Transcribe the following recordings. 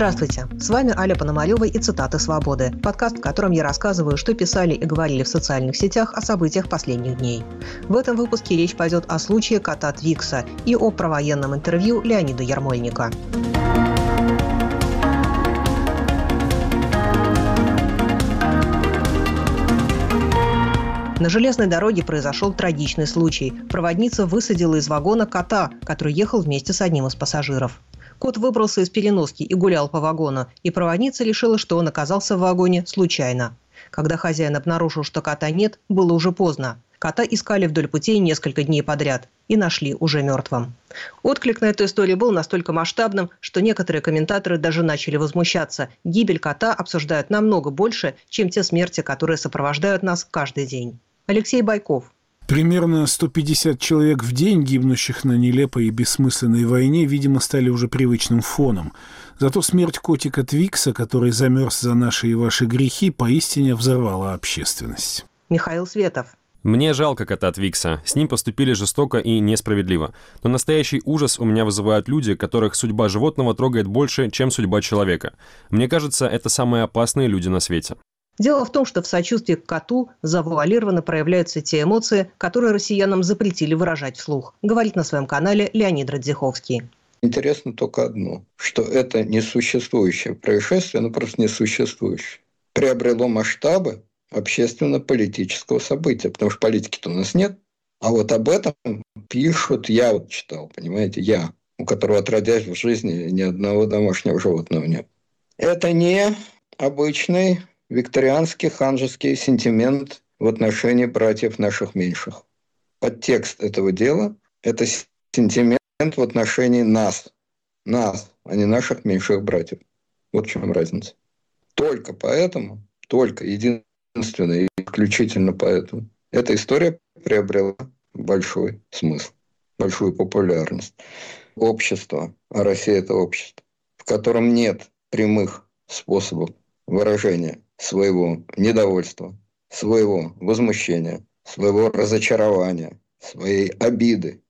Здравствуйте, с вами Аля Пономарёва и «Цитаты свободы», подкаст, в котором я рассказываю, что писали и говорили в социальных сетях о событиях последних дней. В этом выпуске речь пойдет о случае кота Твикса и о провоенном интервью Леонида Ярмольника. На железной дороге произошел трагичный случай. Проводница высадила из вагона кота, который ехал вместе с одним из пассажиров. Кот выбрался из переноски и гулял по вагону, и проводница решила, что он оказался в вагоне случайно. Когда хозяин обнаружил, что кота нет, было уже поздно. Кота искали вдоль путей несколько дней подряд и нашли уже мертвым. Отклик на эту историю был настолько масштабным, что некоторые комментаторы даже начали возмущаться. Гибель кота обсуждают намного больше, чем те смерти, которые сопровождают нас каждый день. Алексей Байков. Примерно 150 человек в день, гибнущих на нелепой и бессмысленной войне, видимо, стали уже привычным фоном. Зато смерть котика Твикса, который замерз за наши и ваши грехи, поистине взорвала общественность. Михаил Светов. Мне жалко кота Твикса. С ним поступили жестоко и несправедливо. Но настоящий ужас у меня вызывают люди, которых судьба животного трогает больше, чем судьба человека. Мне кажется, это самые опасные люди на свете. Дело в том, что в сочувствии к коту завуалированно проявляются те эмоции, которые россиянам запретили выражать вслух, говорит на своем канале Леонид Радзиховский. Интересно только одно, что это несуществующее происшествие, просто несуществующее, приобрело масштабы общественно-политического события, потому что политики-то у нас нет. А вот об этом пишут, я читал, понимаете, я, у которого отродясь в жизни ни одного домашнего животного нет. Это не обычный викторианский ханжеский сентимент в отношении братьев наших меньших. Подтекст этого дела – это сентимент в отношении нас, а не наших меньших братьев. Вот в чем разница. Только поэтому, единственно и исключительно поэтому, эта история приобрела большой смысл, большую популярность. Общество, а Россия – это общество, в котором нет прямых способов выражения своего недовольства, своего возмущения, своего разочарования, своей обиды,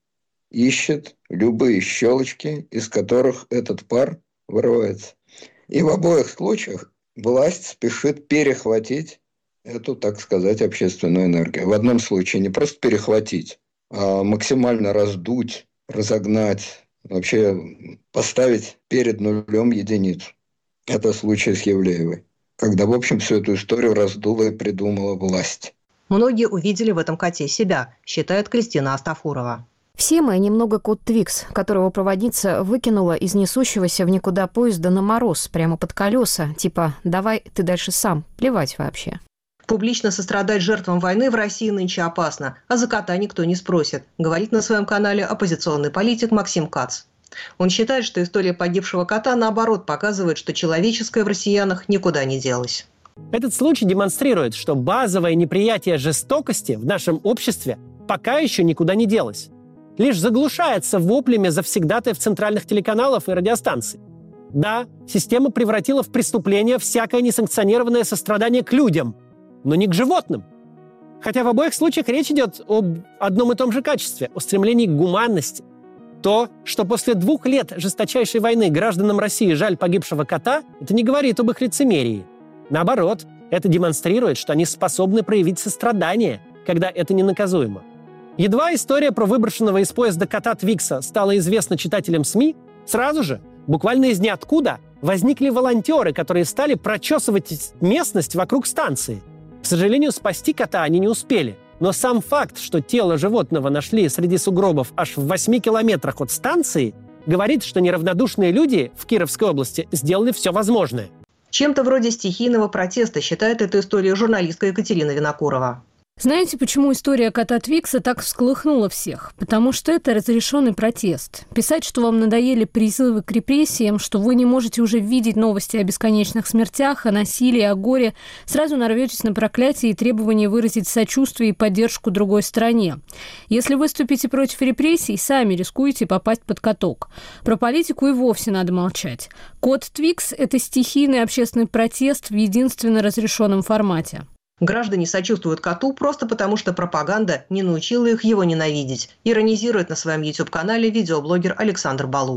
ищет любые щелочки, из которых этот пар вырывается. И в обоих случаях власть спешит перехватить эту, так сказать, общественную энергию. В одном случае не просто перехватить, а максимально раздуть, разогнать, вообще поставить перед нулем единицу. Это случай с Евлеевой, когда, в общем, всю эту историю раздула и придумала власть. Многие увидели в этом коте себя, считает Кристина Астафурова. Все мы немного кот Твикс, которого проводница выкинула из несущегося в никуда поезда на мороз, прямо под колеса, типа «давай ты дальше сам, плевать вообще». Публично сострадать жертвам войны в России нынче опасно, а за кота никто не спросит, говорит на своем канале оппозиционный политик Максим Кац. Он считает, что история погибшего кота, наоборот, показывает, что человеческое в россиянах никуда не делось. Этот случай демонстрирует, что базовое неприятие жестокости в нашем обществе пока еще никуда не делось. Лишь заглушается воплями завсегдатаев центральных телеканалов и радиостанций. Да, система превратила в преступление всякое несанкционированное сострадание к людям, но не к животным. Хотя в обоих случаях речь идет об одном и том же качестве – о стремлении к гуманности. То, что после 2 лет жесточайшей войны гражданам России жаль погибшего кота, это не говорит об их лицемерии. Наоборот, это демонстрирует, что они способны проявить сострадание, когда это ненаказуемо. Едва история про выброшенного из поезда кота Твикса стала известна читателям СМИ, сразу же, буквально из ниоткуда, возникли волонтеры, которые стали прочесывать местность вокруг станции. К сожалению, спасти кота они не успели. Но сам факт, что тело животного нашли среди сугробов аж в 8 километрах от станции, говорит, что неравнодушные люди в Кировской области сделали все возможное. Чем-то вроде стихийного протеста считает эту историю журналистка Екатерина Винокурова. Знаете, почему история кота Твикса так всколыхнула всех? Потому что это разрешенный протест. Писать, что вам надоели призывы к репрессиям, что вы не можете уже видеть новости о бесконечных смертях, о насилии, о горе, сразу нарветесь на проклятие и требование выразить сочувствие и поддержку другой стороне. Если выступите против репрессий, сами рискуете попасть под каток. Про политику и вовсе надо молчать. Кот Твикс – это стихийный общественный протест в единственно разрешенном формате. Граждане сочувствуют коту просто потому, что пропаганда не научила их его ненавидеть, иронизирует на своем YouTube-канале видеоблогер Александр Балу.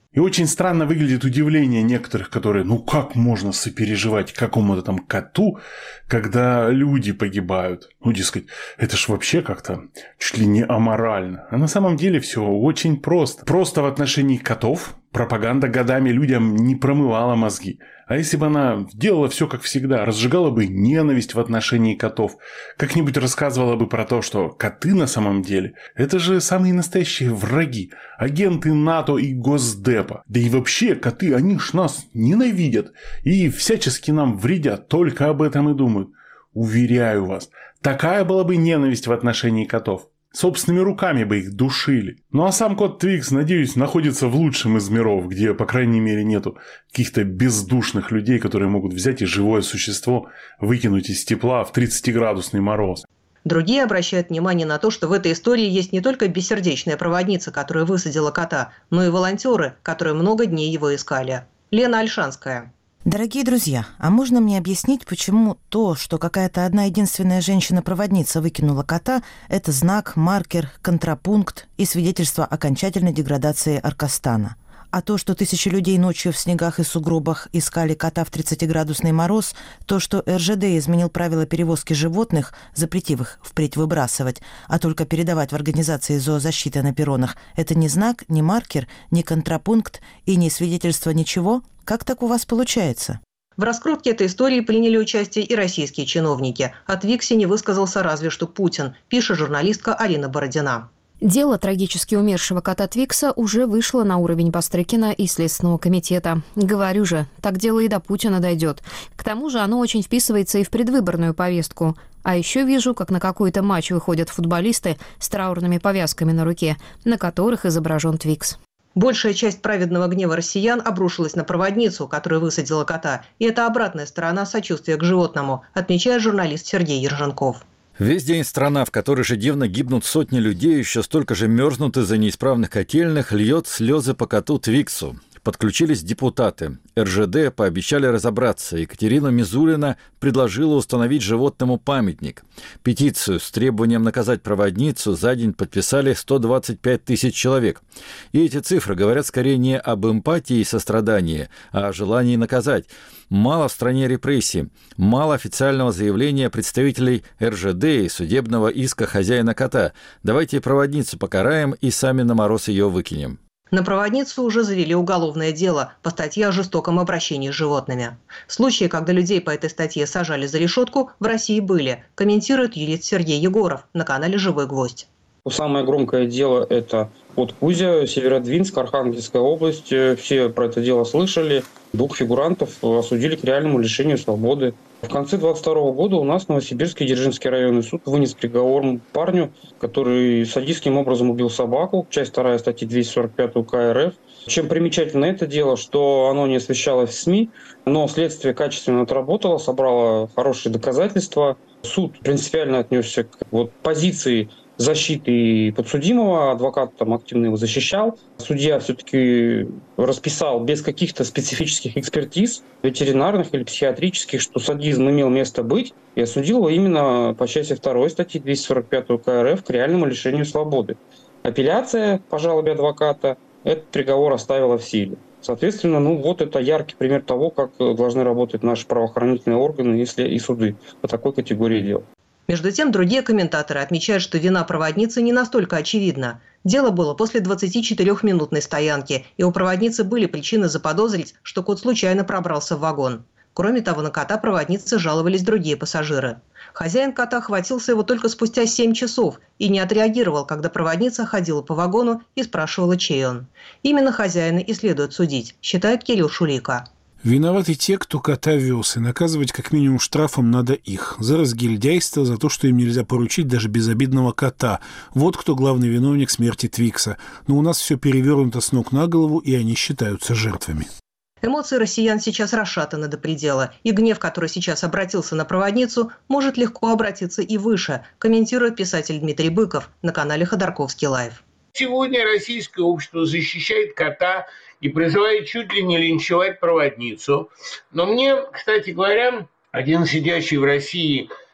И очень странно выглядит удивление некоторых, которые, как можно сопереживать какому-то там коту, когда люди погибают? Дескать, это ж вообще как-то чуть ли не аморально. А на самом деле все очень просто. Просто в отношении котов пропаганда годами людям не промывала мозги. А если бы она делала все как всегда, разжигала бы ненависть в отношении котов, как-нибудь рассказывала бы про то, что коты на самом деле – это же самые настоящие враги, агенты НАТО и Госдепа. Да и вообще коты, они ж нас ненавидят и всячески нам вредят, только об этом и думают. Уверяю вас, такая была бы ненависть в отношении котов. Собственными руками бы их душили. Ну а сам кот Твикс, надеюсь, находится в лучшем из миров, где, по крайней мере, нету каких-то бездушных людей, которые могут взять и живое существо выкинуть из тепла в 30-градусный мороз. Другие обращают внимание на то, что в этой истории есть не только бессердечная проводница, которая высадила кота, но и волонтеры, которые много дней его искали. Лена Ольшанская. Дорогие друзья, а можно мне объяснить, почему то, что какая-то одна единственная женщина-проводница выкинула кота, это знак, маркер, контрапункт и свидетельство окончательной деградации Аркастана? А то, что тысячи людей ночью в снегах и сугробах искали кота в 30-градусный мороз, то, что РЖД изменил правила перевозки животных, запретив их впредь выбрасывать, а только передавать в организации зоозащиты на перронах, это не знак, не маркер, не контрапункт и не свидетельство ничего? Как так у вас получается? В раскрутке этой истории приняли участие и российские чиновники. От Твикса не высказался разве что Путин, пишет журналистка Арина Бородина. Дело трагически умершего кота Твикса уже вышло на уровень Бастрыкина и Следственного комитета. Говорю же, так дело и до Путина дойдет. К тому же оно очень вписывается и в предвыборную повестку. А еще вижу, как на какой-то матч выходят футболисты с траурными повязками на руке, на которых изображен Твикс. Большая часть праведного гнева россиян обрушилась на проводницу, которая высадила кота. И это обратная сторона сочувствия к животному, отмечает журналист Сергей Ерженков. Весь день страна, в которой ежедневно гибнут сотни людей, еще столько же мерзнут из-за неисправных котельных, льет слезы по коту Твиксу. Подключились депутаты. РЖД пообещали разобраться. Екатерина Мизулина предложила установить животному памятник. Петицию с требованием наказать проводницу за день подписали 125 тысяч человек. И эти цифры говорят скорее не об эмпатии и сострадании, а о желании наказать. Мало в стране репрессий, мало официального заявления представителей РЖД и судебного иска хозяина кота. Давайте проводницу покараем и сами на мороз ее выкинем. На проводницу уже завели уголовное дело по статье о жестоком обращении с животными. Случаи, когда людей по этой статье сажали за решетку, в России были, комментирует юрист Сергей Егоров на канале «Живой гвоздь». Самое громкое дело – это от Кузя, Северодвинск, Архангельская область. Все про это дело слышали. 2 фигурантов осудили к реальному лишению свободы. В конце 2022 года у нас Новосибирский Дзержинский районный суд вынес приговор парню, который садистским образом убил собаку. Часть 2 статьи 245 УК РФ. Чем примечательно это дело, что оно не освещалось в СМИ, но следствие качественно отработало, собрало хорошие доказательства. Суд принципиально отнесся к позиции защиты подсудимого, адвокат там активно его защищал. Судья все-таки расписал без каких-то специфических экспертиз, ветеринарных или психиатрических, что садизм имел место быть, и осудил его именно по части 2 статьи 245 УК РФ к реальному лишению свободы. Апелляция по жалобе адвоката этот приговор оставила в силе. Соответственно, это яркий пример того, как должны работать наши правоохранительные органы и суды по такой категории дел. Между тем, другие комментаторы отмечают, что вина проводницы не настолько очевидна. Дело было после 24-минутной стоянки, и у проводницы были причины заподозрить, что кот случайно пробрался в вагон. Кроме того, на кота проводницы жаловались другие пассажиры. Хозяин кота хватился его только спустя 7 часов и не отреагировал, когда проводница ходила по вагону и спрашивала, чей он. Именно хозяина и следует судить, считает Кирилл Шулейко. Виноваты те, кто кота вез, и наказывать как минимум штрафом надо их. За разгильдяйство, за то, что им нельзя поручить даже безобидного кота. Вот кто главный виновник смерти Твикса. Но у нас все перевернуто с ног на голову, и они считаются жертвами. Эмоции россиян сейчас расшатаны до предела, и гнев, который сейчас обратился на проводницу, может легко обратиться и выше, комментирует писатель Дмитрий Быков на канале «Ходорковский лайв». Сегодня российское общество защищает кота и призывает чуть ли не линчевать проводницу. Но мне, кстати говоря, один сидящий в России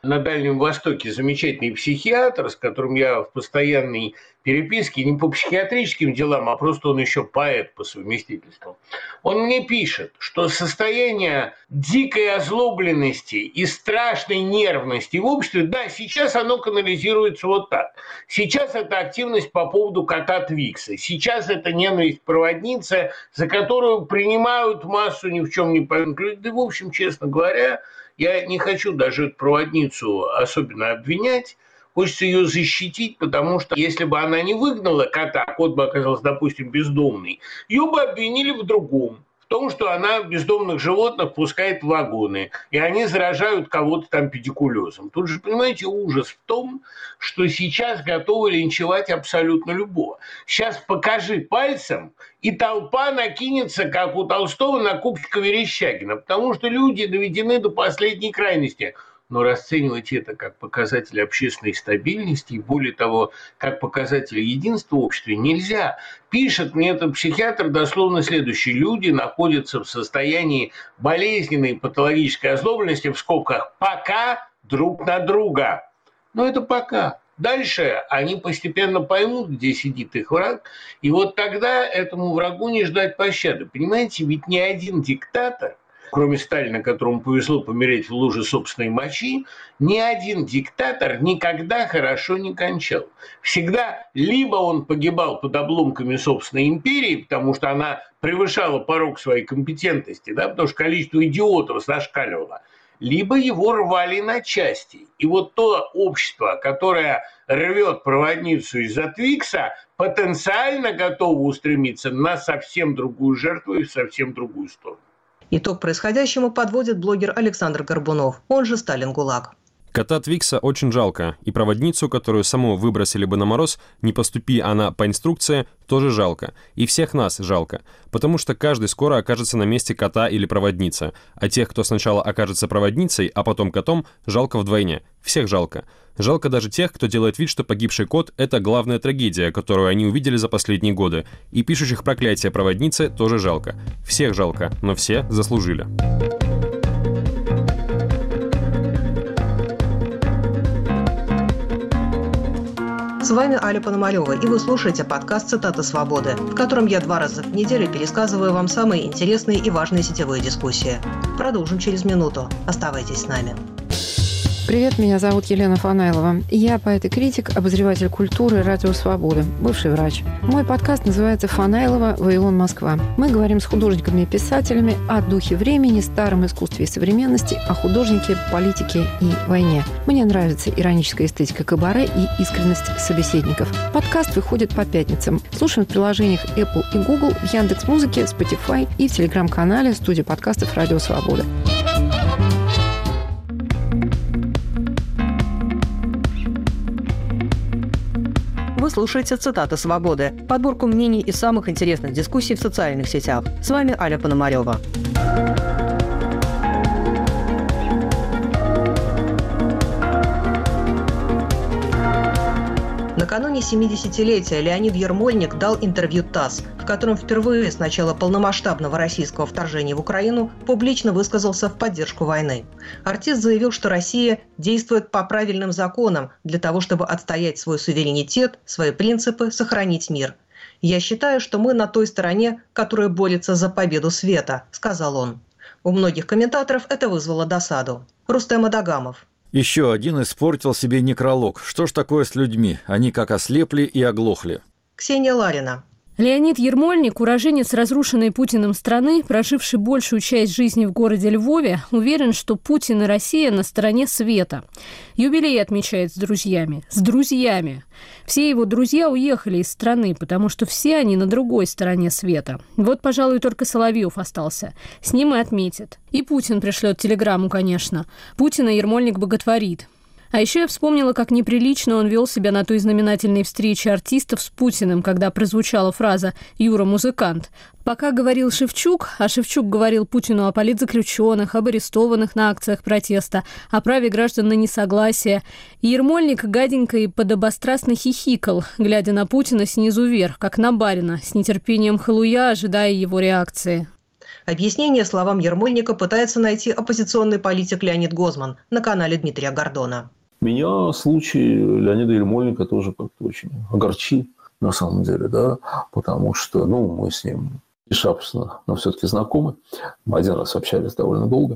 на Дальнем Востоке замечательный психиатр, с которым я в постоянной переписке, не по психиатрическим делам, а просто он еще поэт по совместительству. Он мне пишет, что состояние дикой озлобленности и страшной нервности в обществе, да, сейчас оно канализируется вот так. Сейчас это активность по поводу кота Твикса. Сейчас это ненависть к проводнице, за которую принимают массу ни в чем не повинных людей. Да, в общем, честно говоря, я не хочу даже эту проводницу особенно обвинять. Хочется ее защитить, потому что если бы она не выгнала кота, кот бы оказался, допустим, бездомный, ее бы обвинили в другом. В том, что она бездомных животных пускает в вагоны, и они заражают кого-то там педикулезом. Тут же, понимаете, ужас в том, что сейчас готовы линчевать абсолютно любого. Сейчас покажи пальцем, и толпа накинется, как у Толстого, на Купчика Верещагина, потому что люди доведены до последней крайности. Но расценивать это как показатель общественной стабильности и, более того, как показатель единства в обществе нельзя. Пишет мне этот психиатр дословно следующее. Люди находятся в состоянии болезненной патологической озлобленности, в скобках, пока друг на друга. Но это пока. Дальше они постепенно поймут, где сидит их враг, и вот тогда этому врагу не ждать пощады. Понимаете, ведь ни один диктатор, кроме Сталина, которому повезло помереть в луже собственной мочи, ни один диктатор никогда хорошо не кончал. Всегда либо он погибал под обломками собственной империи, потому что она превышала порог своей компетентности, да, потому что количество идиотов зашкаливало, либо его рвали на части. И вот то общество, которое рвет проводницу из-за Твикса, потенциально готово устремиться на совсем другую жертву и в совсем другую сторону. Итог происходящему подводит блогер Александр Горбунов, он же Сталин ГУЛАГ. Кота Твикса очень жалко, и проводницу, которую саму выбросили бы на мороз, не поступи она по инструкции, тоже жалко. И всех нас жалко, потому что каждый скоро окажется на месте кота или проводницы, а тех, кто сначала окажется проводницей, а потом котом, жалко вдвойне. Всех жалко. Жалко даже тех, кто делает вид, что погибший кот – это главная трагедия, которую они увидели за последние годы. И пишущих проклятия проводницы тоже жалко. Всех жалко, но все заслужили. С вами Аля Пономарёва, и вы слушаете подкаст «Цитаты свободы», в котором я 2 раза в неделю пересказываю вам самые интересные и важные сетевые дискуссии. Продолжим через минуту. Оставайтесь с нами. Привет, меня зовут Елена Фанайлова. Я поэт и критик, обозреватель культуры «Радио Свобода», бывший врач. Мой подкаст называется «Фанайлова. Вавилон. Москва». Мы говорим с художниками и писателями о духе времени, старом искусстве и современности, о художнике, политике и войне. Мне нравится ироническая эстетика кабаре и искренность собеседников. Подкаст выходит по пятницам. Слушаем в приложениях Apple и Google, в Яндекс.Музыке, Spotify и в телеграм-канале студии подкастов «Радио Свобода». Вы слушаете «Цитаты свободы», подборку мнений и самых интересных дискуссий в социальных сетях. С вами Аля Пономарёва. Накануне 70-летия Леонид Ермольник дал интервью ТАСС, в котором впервые с начала полномасштабного российского вторжения в Украину публично высказался в поддержку войны. Артист заявил, что Россия действует по правильным законам для того, чтобы отстоять свой суверенитет, свои принципы, сохранить мир. «Я считаю, что мы на той стороне, которая борется за победу света», – сказал он. У многих комментаторов это вызвало досаду. Рустем Адагамов. Еще один испортил себе некролог. Что ж такое с людьми? Они как ослепли и оглохли. Ксения Ларина. Леонид Ермольник, уроженец разрушенной Путиным страны, проживший большую часть жизни в городе Львове, уверен, что Путин и Россия на стороне света. Юбилей отмечает с друзьями. С друзьями. Все его друзья уехали из страны, потому что все они на другой стороне света. Вот, пожалуй, только Соловьев остался. С ним и отметит. И Путин пришлет телеграмму, конечно. Путина Ермольник боготворит. А еще я вспомнила, как неприлично он вел себя на той знаменательной встрече артистов с Путиным, когда прозвучала фраза «Юра – музыкант». Пока говорил Шевчук, а Шевчук говорил Путину о политзаключенных, об арестованных на акциях протеста, о праве граждан на несогласие, и Ермольник гаденько и подобострастно хихикал, глядя на Путина снизу вверх, как на барина, с нетерпением халуя, ожидая его реакции. Объяснение словам Ермольника пытается найти оппозиционный политик Леонид Гозман на канале Дмитрия Гордона. Меня случай Леонида Ермольника тоже как-то очень огорчил, на самом деле, да, потому что, мы с ним и шапошно, но все-таки знакомы. Мы один раз общались довольно долго.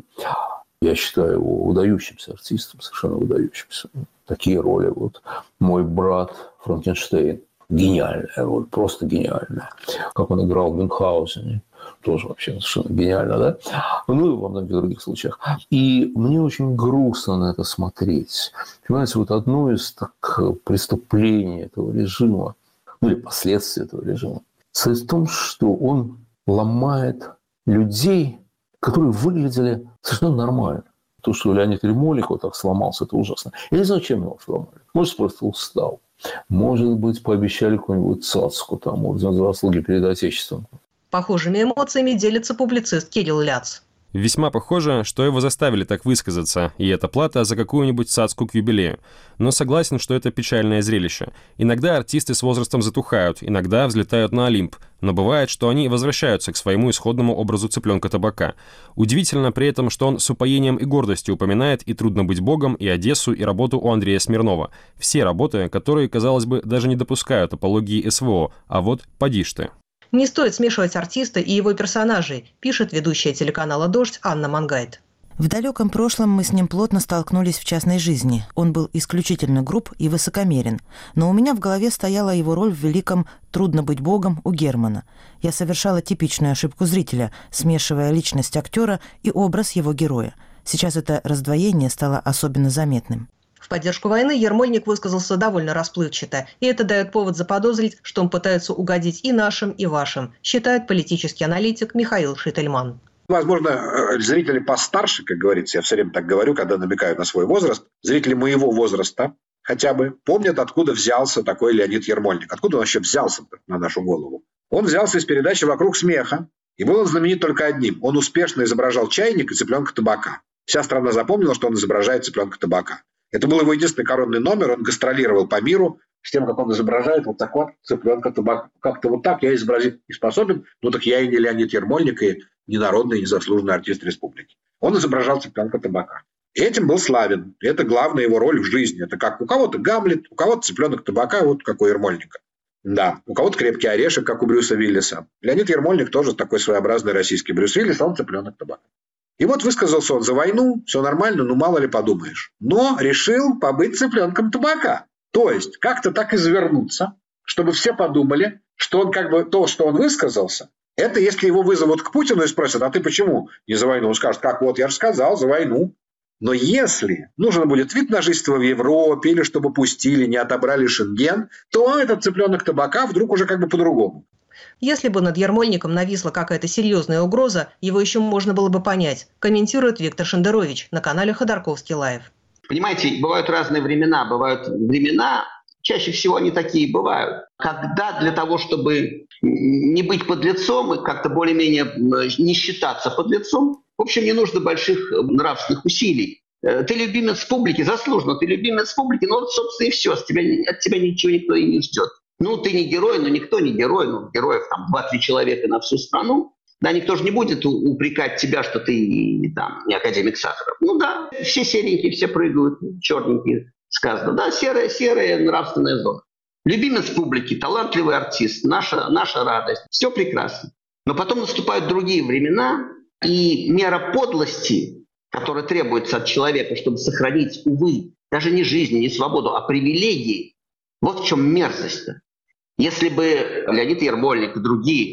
Я считаю его выдающимся артистом, совершенно выдающимся. Такие роли. «Мой брат Франкенштейн». Гениальная роль, просто гениальная. Как он играл в Мюнхгаузене. Тоже вообще совершенно гениально, да? И во многих других случаях. И мне очень грустно на это смотреть. Понимаете, одно из преступлений этого режима, или последствий этого режима, состоит в том, что он ломает людей, которые выглядели совершенно нормально. То, что Леонид Ермольник так сломался, это ужасно. Я не знаю, чем его сломали. Может, просто устал. Может быть, пообещали какую-нибудь цацку, орден за заслуги перед Отечеством. Похожими эмоциями делится публицист Кирилл Ляц. Весьма похоже, что его заставили так высказаться, и это плата за какую-нибудь цацку к юбилею. Но согласен, что это печальное зрелище. Иногда артисты с возрастом затухают, иногда взлетают на Олимп, но бывает, что они возвращаются к своему исходному образу цыпленка-табака. Удивительно при этом, что он с упоением и гордостью упоминает и «Трудно быть богом», и «Одессу», и работу у Андрея Смирнова. Все работы, которые, казалось бы, даже не допускают апологии СВО, а поди ж ты. Не стоит смешивать артиста и его персонажей, пишет ведущая телеканала «Дождь» Анна Мангайт. В далеком прошлом мы с ним плотно столкнулись в частной жизни. Он был исключительно груб и высокомерен. Но у меня в голове стояла его роль в великом «Трудно быть богом» у Германа. Я совершала типичную ошибку зрителя, смешивая личность актера и образ его героя. Сейчас это раздвоение стало особенно заметным. В поддержку войны Ермольник высказался довольно расплывчато, и это дает повод заподозрить, что он пытается угодить и нашим, и вашим, считает политический аналитик Михаил Шительман. Возможно, зрители постарше, как говорится, я все время так говорю, когда намекаю на свой возраст, зрители моего возраста хотя бы помнят, откуда взялся такой Леонид Ермольник. Откуда он вообще взялся на нашу голову? Он взялся из передачи «Вокруг смеха», и был он знаменит только одним. Он успешно изображал чайник и цыпленка табака. Вся страна запомнила, что он изображает цыпленка табака. Это был его единственный коронный номер, он гастролировал по миру с тем, как он изображает цыпленка табака. Как-то так я изобразить не способен, так я и не Леонид Ермольник, и не народный, и не заслуженный артист республики. Он изображал цыпленка табака. И этим был славен. Это главная его роль в жизни. Это как у кого-то Гамлет, у кого-то цыпленок табака, как у Ермольника. Да, у кого-то крепкий орешек, как у Брюса Виллиса. Леонид Ермольник тоже такой своеобразный российский Брюс Виллис, он цыпленок табака. И высказался он за войну, все нормально, мало ли подумаешь. Но решил побыть цыпленком табака. То есть как-то так извернуться, чтобы все подумали, что он то, что он высказался, это если его вызовут к Путину и спросят, а ты почему не за войну? Он скажет, я же сказал, за войну. Но если нужен будет вид на жительство в Европе, или чтобы пустили, не отобрали Шенген, то этот цыпленок табака вдруг уже по-другому. Если бы над Ермольником нависла какая-то серьезная угроза, его еще можно было бы понять, комментирует Виктор Шендерович на канале Ходорковский Лайв. Понимаете, бывают разные времена. Бывают времена, чаще всего они такие бывают, когда для того, чтобы не быть подлецом и как-то более-менее не считаться подлецом, в общем, не нужно больших нравственных усилий. Ты любимец публики, заслуженно, ты любимец публики, собственно, и все, от тебя ничего никто и не ждет. Ты не герой, но никто не герой. Героев 2-3 человека на всю страну. Да, никто же не будет упрекать тебя, что ты не академик Сахаров. Да, все серенькие, все прыгают, черненькие, сказано. Да, серая нравственная зона. Любимец публики, талантливый артист, наша радость. Все прекрасно. Но потом наступают другие времена, и мера подлости, которая требуется от человека, чтобы сохранить, увы, даже не жизнь, не свободу, а привилегии, вот в чем мерзость-то. Если бы Леонид Ермольник и другие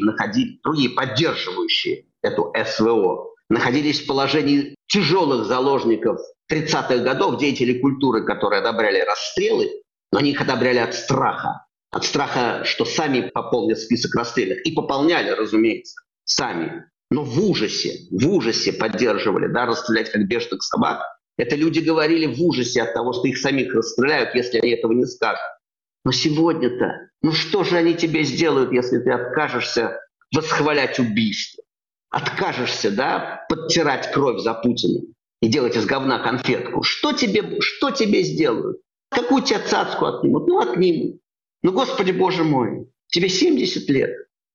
поддерживающие эту СВО, находились в положении тяжелых заложников 30-х годов, деятелей культуры, которые одобряли расстрелы, но они их одобряли от страха, что сами пополнят список расстрельных. И пополняли, разумеется, сами. Но в ужасе поддерживали, расстрелять как бешеных собак. Это люди говорили в ужасе от того, что их самих расстреляют, если они этого не скажут. Но сегодня-то, что же они тебе сделают, если ты откажешься восхвалять убийство? Откажешься, подтирать кровь за Путина и делать из говна конфетку? Что тебе сделают? Какую тебя цацку отнимут? Отнимут. Господи, Боже мой, тебе 70 лет.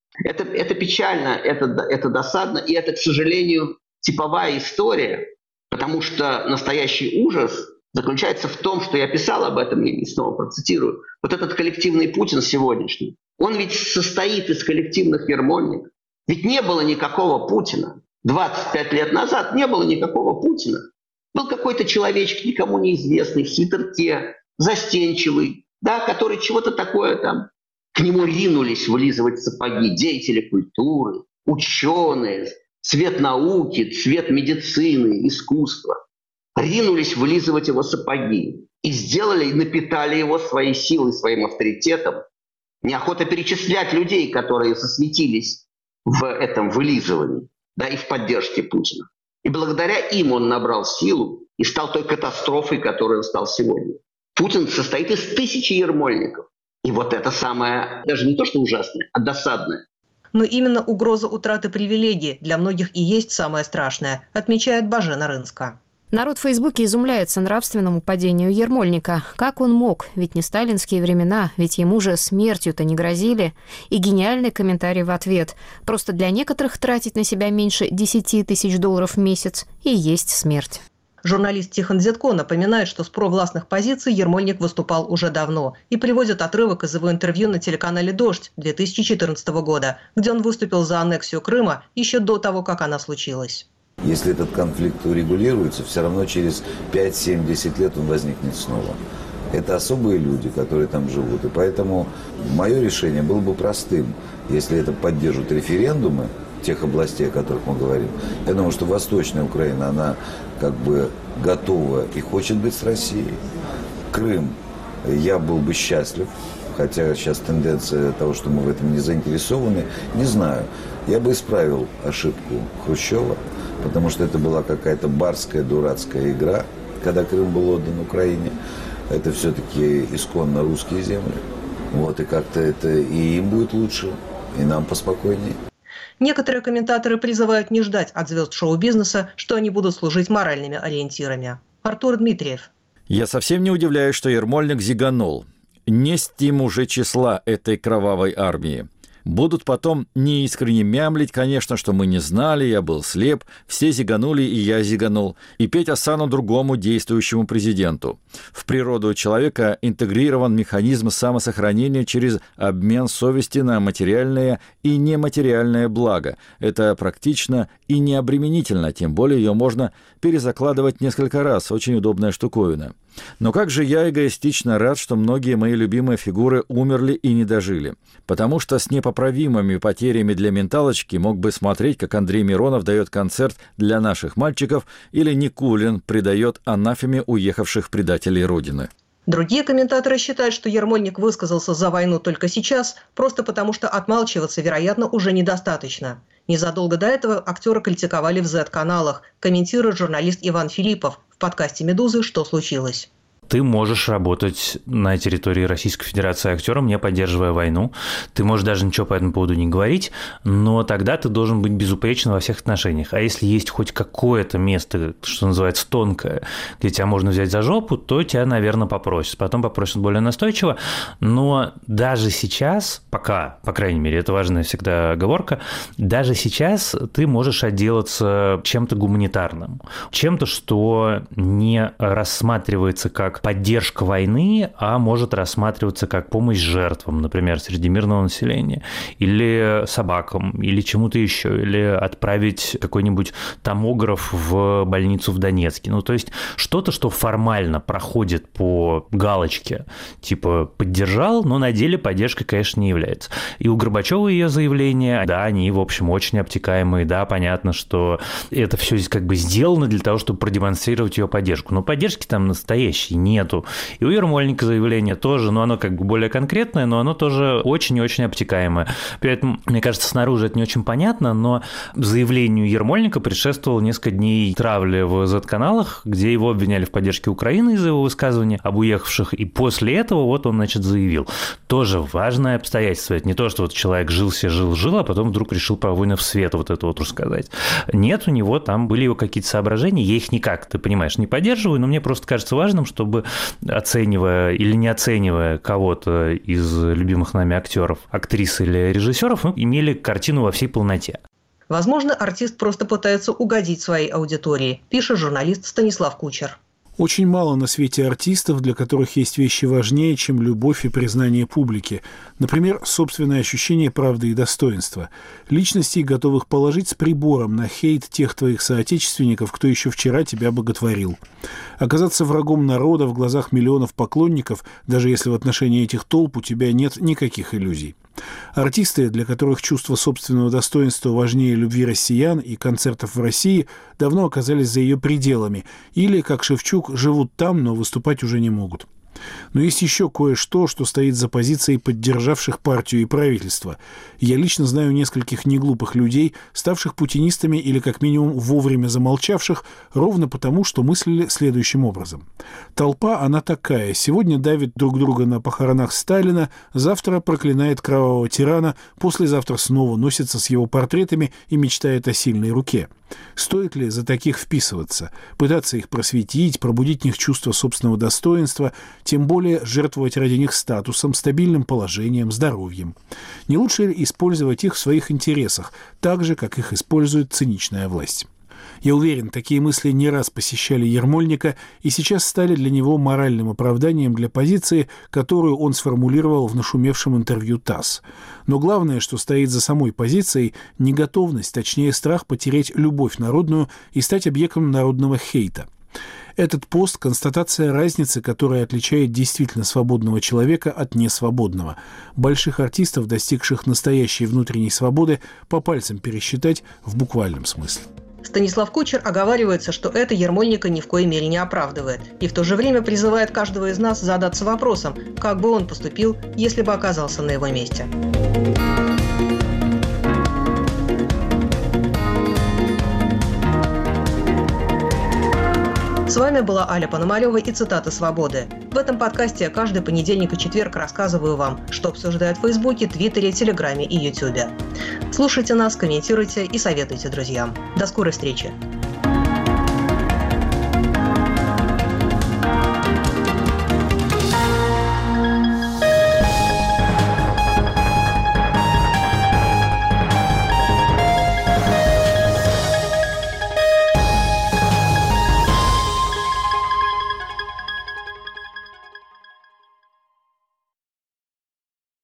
Это печально, это досадно, и это, к сожалению, типовая история, потому что настоящий ужас заключается в том, что я писал об этом и снова процитирую. Вот этот коллективный Путин сегодняшний, он ведь состоит из коллективных Ермольников. Ведь не было никакого Путина. 25 лет назад не было никакого Путина. Был какой-то человечек, никому неизвестный, в свитерке, застенчивый, да, который чего-то такое там. К нему ринулись вылизывать сапоги деятели культуры, ученые, цвет науки, цвет медицины, искусства. Ринулись вылизывать его сапоги и сделали, напитали его своей силой, своим авторитетом. Неохота перечислять людей, которые засветились в этом вылизывании, да, и в поддержке Путина. И благодаря им он набрал силу и стал той катастрофой, которой он стал сегодня. Путин состоит из тысячи ермольников. И вот это самое, даже не то что ужасное, а досадное. Но именно угроза утраты привилегий для многих и есть самое страшное, отмечает Божена Рынска. Народ в Фейсбуке изумляется нравственному падению Ермольника. Как он мог? Ведь не сталинские времена, ведь ему же смертью-то не грозили. И гениальный комментарий в ответ. Просто для некоторых тратить на себя меньше $10 тысяч в месяц и есть смерть. Журналист Тихон Зетко напоминает, что с провластных позиций Ермольник выступал уже давно и приводит отрывок из его интервью на телеканале «Дождь» 2014 года, где он выступил за аннексию Крыма еще до того, как она случилась. Если этот конфликт урегулируется, все равно через 5, 7, 10 лет он возникнет снова. Это особые люди, которые там живут. И поэтому мое решение было бы простым. Если это поддержат референдумы тех областей, о которых мы говорим, я думаю, что Восточная Украина, она как бы готова и хочет быть с Россией. Крым, я был бы счастлив, хотя сейчас тенденция того, что мы в этом не заинтересованы, не знаю. Я бы исправил ошибку Хрущева, потому что это была какая-то барская, дурацкая игра, когда Крым был отдан Украине. Это все-таки исконно русские земли. Вот, и как-то это и им будет лучше, и нам поспокойнее. Некоторые комментаторы призывают не ждать от звезд шоу-бизнеса, что они будут служить моральными ориентирами. Артур Дмитриев. Я совсем не удивляюсь, что Ермольник зиганул. Несть им уже числа этой кровавой армии. Будут потом неискренне мямлить, конечно, что мы не знали, я был слеп, все зиганули, и я зиганул, и петь осану другому действующему президенту. В природу человека интегрирован механизм самосохранения через обмен совести на материальное и нематериальное благо. Это практично и необременительно, тем более ее можно перезакладывать несколько раз, очень удобная штуковина. Но как же я эгоистично рад, что многие мои любимые фигуры умерли и не дожили. Потому что с непоправимыми потерями для менталочки мог бы смотреть, как Андрей Миронов дает концерт для наших мальчиков или Никулин придает анафеме уехавших предателей Родины. Другие комментаторы считают, что Ермольник высказался за войну только сейчас, просто потому что отмалчиваться, вероятно, уже недостаточно. Незадолго до этого актера критиковали в Z-каналах, комментирует журналист Иван Филиппов в подкасте «Медузы. Что случилось?». Ты можешь работать на территории Российской Федерации актером, не поддерживая войну. Ты можешь даже ничего по этому поводу не говорить, но тогда ты должен быть безупречен во всех отношениях. А если есть хоть какое-то место, что называется, тонкое, где тебя можно взять за жопу, то тебя, наверное, попросят. Потом попросят более настойчиво. Но даже сейчас, пока, по крайней мере, это важная всегда оговорка, даже сейчас ты можешь отделаться чем-то гуманитарным, чем-то, что не рассматривается как поддержка войны, а может рассматриваться как помощь жертвам, например, среди мирного населения, или собакам, или чему-то еще, или отправить какой-нибудь томограф в больницу в Донецке. Ну, то есть что-то, что формально проходит по галочке, типа поддержал, но на деле поддержкой, конечно, не является. И у Горбачева ее заявления, да, они, в общем, очень обтекаемые, да, понятно, что это все здесь как бы сделано для того, чтобы продемонстрировать ее поддержку. Но поддержки там настоящей нету. И у Ермольника заявление тоже, но оно как бы более конкретное, но оно тоже очень и очень обтекаемое. При этом, мне кажется, снаружи это не очень понятно, но заявлению Ермольника предшествовало несколько дней травли в Z-каналах, где его обвиняли в поддержке Украины из-за его высказывания об уехавших, и после этого вот он, значит, заявил. Тоже важное обстоятельство. Это не то, что вот человек жил себе, жил, а потом вдруг решил про войну в свет вот это вот рассказать. Нет, у него там были его какие-то соображения, я их никак, ты понимаешь, не поддерживаю, но мне просто кажется важным, чтобы чтобы, оценивая или не оценивая кого-то из любимых нами актеров, актрис или режиссеров, мы имели картину во всей полноте. Возможно, артист просто пытается угодить своей аудитории, пишет журналист Станислав Кучер. Очень мало на свете артистов, для которых есть вещи важнее, чем любовь и признание публики. Например, собственное ощущение правды и достоинства. Личностей, готовых положить с прибором на хейт тех твоих соотечественников, кто еще вчера тебя боготворил. Оказаться врагом народа в глазах миллионов поклонников, даже если в отношении этих толп у тебя нет никаких иллюзий. Артисты, для которых чувство собственного достоинства важнее любви россиян и концертов в России, давно оказались за ее пределами или, как Шевчук, живут там, но выступать уже не могут. Но есть еще кое-что, что стоит за позицией поддержавших партию и правительство. Я лично знаю нескольких неглупых людей, ставших путинистами или как минимум вовремя замолчавших, ровно потому, что мыслили следующим образом. Толпа, она такая. Сегодня давит друг друга на похоронах Сталина, завтра проклинает кровавого тирана, послезавтра снова носится с его портретами и мечтает о сильной руке. Стоит ли за таких вписываться, пытаться их просветить, пробудить в них чувство собственного достоинства, тем более жертвовать ради них статусом, стабильным положением, здоровьем? Не лучше ли использовать их в своих интересах, так же, как их использует циничная власть? Я уверен, такие мысли не раз посещали Ермольника и сейчас стали для него моральным оправданием для позиции, которую он сформулировал в нашумевшем интервью ТАСС. Но главное, что стоит за самой позицией – неготовность, точнее страх потерять любовь народную и стать объектом народного хейта. Этот пост – констатация разницы, которая отличает действительно свободного человека от несвободного. Больших артистов, достигших настоящей внутренней свободы, по пальцам пересчитать в буквальном смысле. Станислав Кучер оговаривается, что это Ермольника ни в коей мере не оправдывает, и в то же время призывает каждого из нас задаться вопросом, как бы он поступил, если бы оказался на его месте. С вами была Аля Пономарева и цитаты «Свободы». В этом подкасте я каждый понедельник и четверг рассказываю вам, что обсуждают в Фейсбуке, Твиттере, Телеграме и Ютубе. Слушайте нас, комментируйте и советуйте друзьям. До скорой встречи!